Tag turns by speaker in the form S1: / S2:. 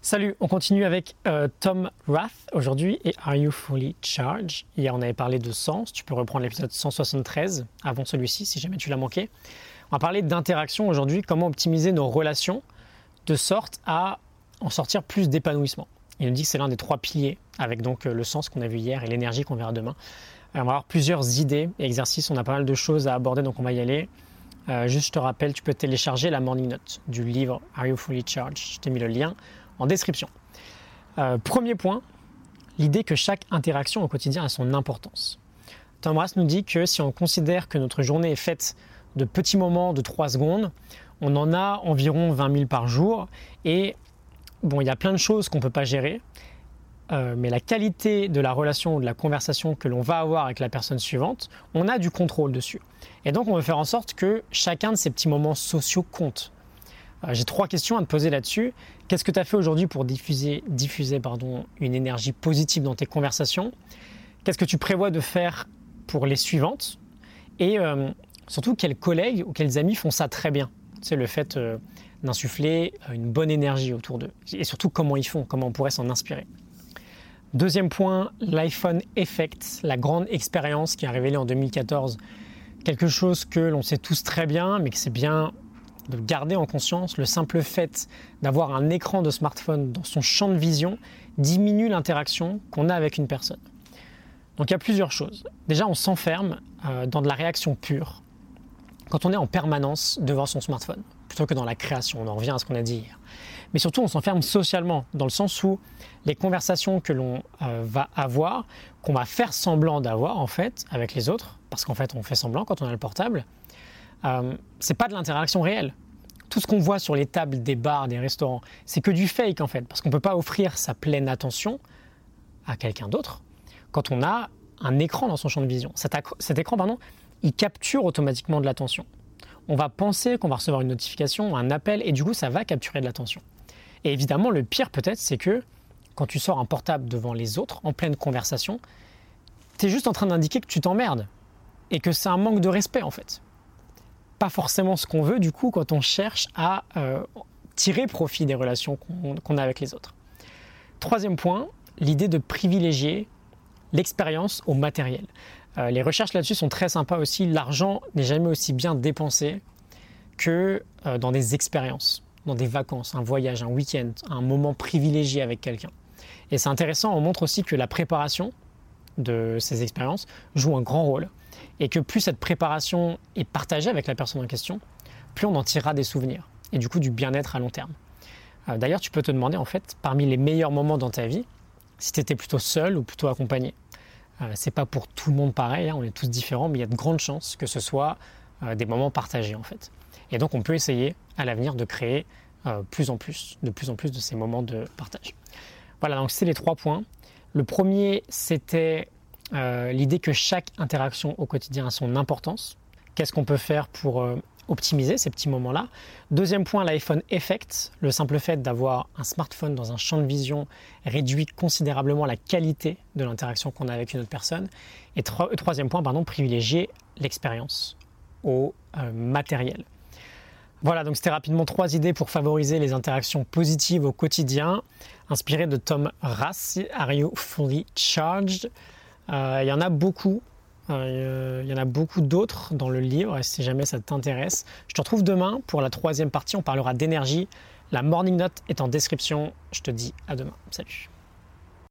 S1: Salut, on continue avec Tom Rath aujourd'hui et Are You Fully Charged? Hier on avait parlé de sens, tu peux reprendre l'épisode 173 avant celui-ci si jamais tu l'as manqué. On va parler d'interaction aujourd'hui, comment optimiser nos relations de sorte à en sortir plus d'épanouissement. Il nous dit que c'est l'un des 3 piliers avec donc le sens qu'on a vu hier et l'énergie qu'on verra demain. On va avoir plusieurs idées et exercices, on a pas mal de choses à aborder donc on va y aller. Juste je te rappelle, tu peux télécharger la morning note du livre Are You Fully Charged? Je t'ai mis le lien en description. Premier point, l'idée que chaque interaction au quotidien a son importance. Tom Rath nous dit que si on considère que notre journée est faite de petits moments de 3 secondes, on en a environ 20 000 par jour et bon, il y a plein de choses qu'on ne peut pas gérer, mais la qualité de la relation ou de la conversation que l'on va avoir avec la personne suivante, on a du contrôle dessus. Et donc on veut faire en sorte que chacun de ces petits moments sociaux compte. J'ai 3 questions à te poser là-dessus. Qu'est-ce que tu as fait aujourd'hui pour diffuser une énergie positive dans tes conversations? Qu'est-ce que tu prévois de faire pour les suivantes? Et surtout, quels collègues ou quels amis font ça très bien? C'est le fait d'insuffler une bonne énergie autour d'eux. Et surtout, comment ils font, comment on pourrait s'en inspirer. Deuxième point, l'iPhone Effect, la grande expérience qui a révélé en 2014 quelque chose que l'on sait tous très bien, mais que c'est bien de garder en conscience. Le simple fait d'avoir un écran de smartphone dans son champ de vision diminue l'interaction qu'on a avec une personne. Donc il y a plusieurs choses. Déjà, on s'enferme dans de la réaction pure quand on est en permanence devant son smartphone, plutôt que dans la création. On en revient à ce qu'on a dit hier. Mais surtout, on s'enferme socialement, dans le sens où les conversations que l'on va avoir, qu'on va faire semblant d'avoir en fait avec les autres, parce qu'en fait on fait semblant quand on a le portable, c'est pas de l'interaction réelle. Tout ce qu'on voit sur les tables des bars, des restaurants, c'est que du fake en fait, parce qu'on peut pas offrir sa pleine attention à quelqu'un d'autre quand on a un écran dans son champ de vision. Cet écran, il capture automatiquement de l'attention. On va penser qu'on va recevoir une notification, un appel, et du coup ça va capturer de l'attention. Et évidemment, le pire peut-être, c'est que quand tu sors un portable devant les autres, en pleine conversation, tu es juste en train d'indiquer que tu t'emmerdes et que c'est un manque de respect en fait. Pas forcément ce qu'on veut du coup quand on cherche à tirer profit des relations qu'on a avec les autres. Troisième point, l'idée de privilégier l'expérience au matériel. Les recherches là-dessus sont très sympas aussi. L'argent n'est jamais aussi bien dépensé que dans des expériences, dans des vacances, un voyage, un week-end, un moment privilégié avec quelqu'un. Et c'est intéressant, on montre aussi que la préparation de ces expériences joue un grand rôle et que plus cette préparation est partagée avec la personne en question, plus on en tirera des souvenirs et du coup du bien-être à long terme. D'ailleurs, tu peux te demander en fait, parmi les meilleurs moments dans ta vie, si tu étais plutôt seul ou plutôt accompagné. C'est pas pour tout le monde pareil, on est tous différents, mais il y a de grandes chances que ce soit des moments partagés en fait. Et donc on peut essayer à l'avenir de créer de plus en plus de ces moments de partage. Voilà, donc c'est les 3 points. Le premier, c'était l'idée que chaque interaction au quotidien a son importance. Qu'est-ce qu'on peut faire pour optimiser ces petits moments-là? Deuxième point, l'iPhone Effect. Le simple fait d'avoir un smartphone dans un champ de vision réduit considérablement la qualité de l'interaction qu'on a avec une autre personne. Et troisième point, privilégier l'expérience au matériel. Voilà, donc c'était rapidement 3 idées pour favoriser les interactions positives au quotidien, inspirées de Tom Rath, Are You Fully Charged? Il y en a beaucoup. Il y en a beaucoup d'autres dans le livre, et si jamais ça t'intéresse. Je te retrouve demain pour la 3e partie, on parlera d'énergie. La morning note est en description. Je te dis à demain. Salut.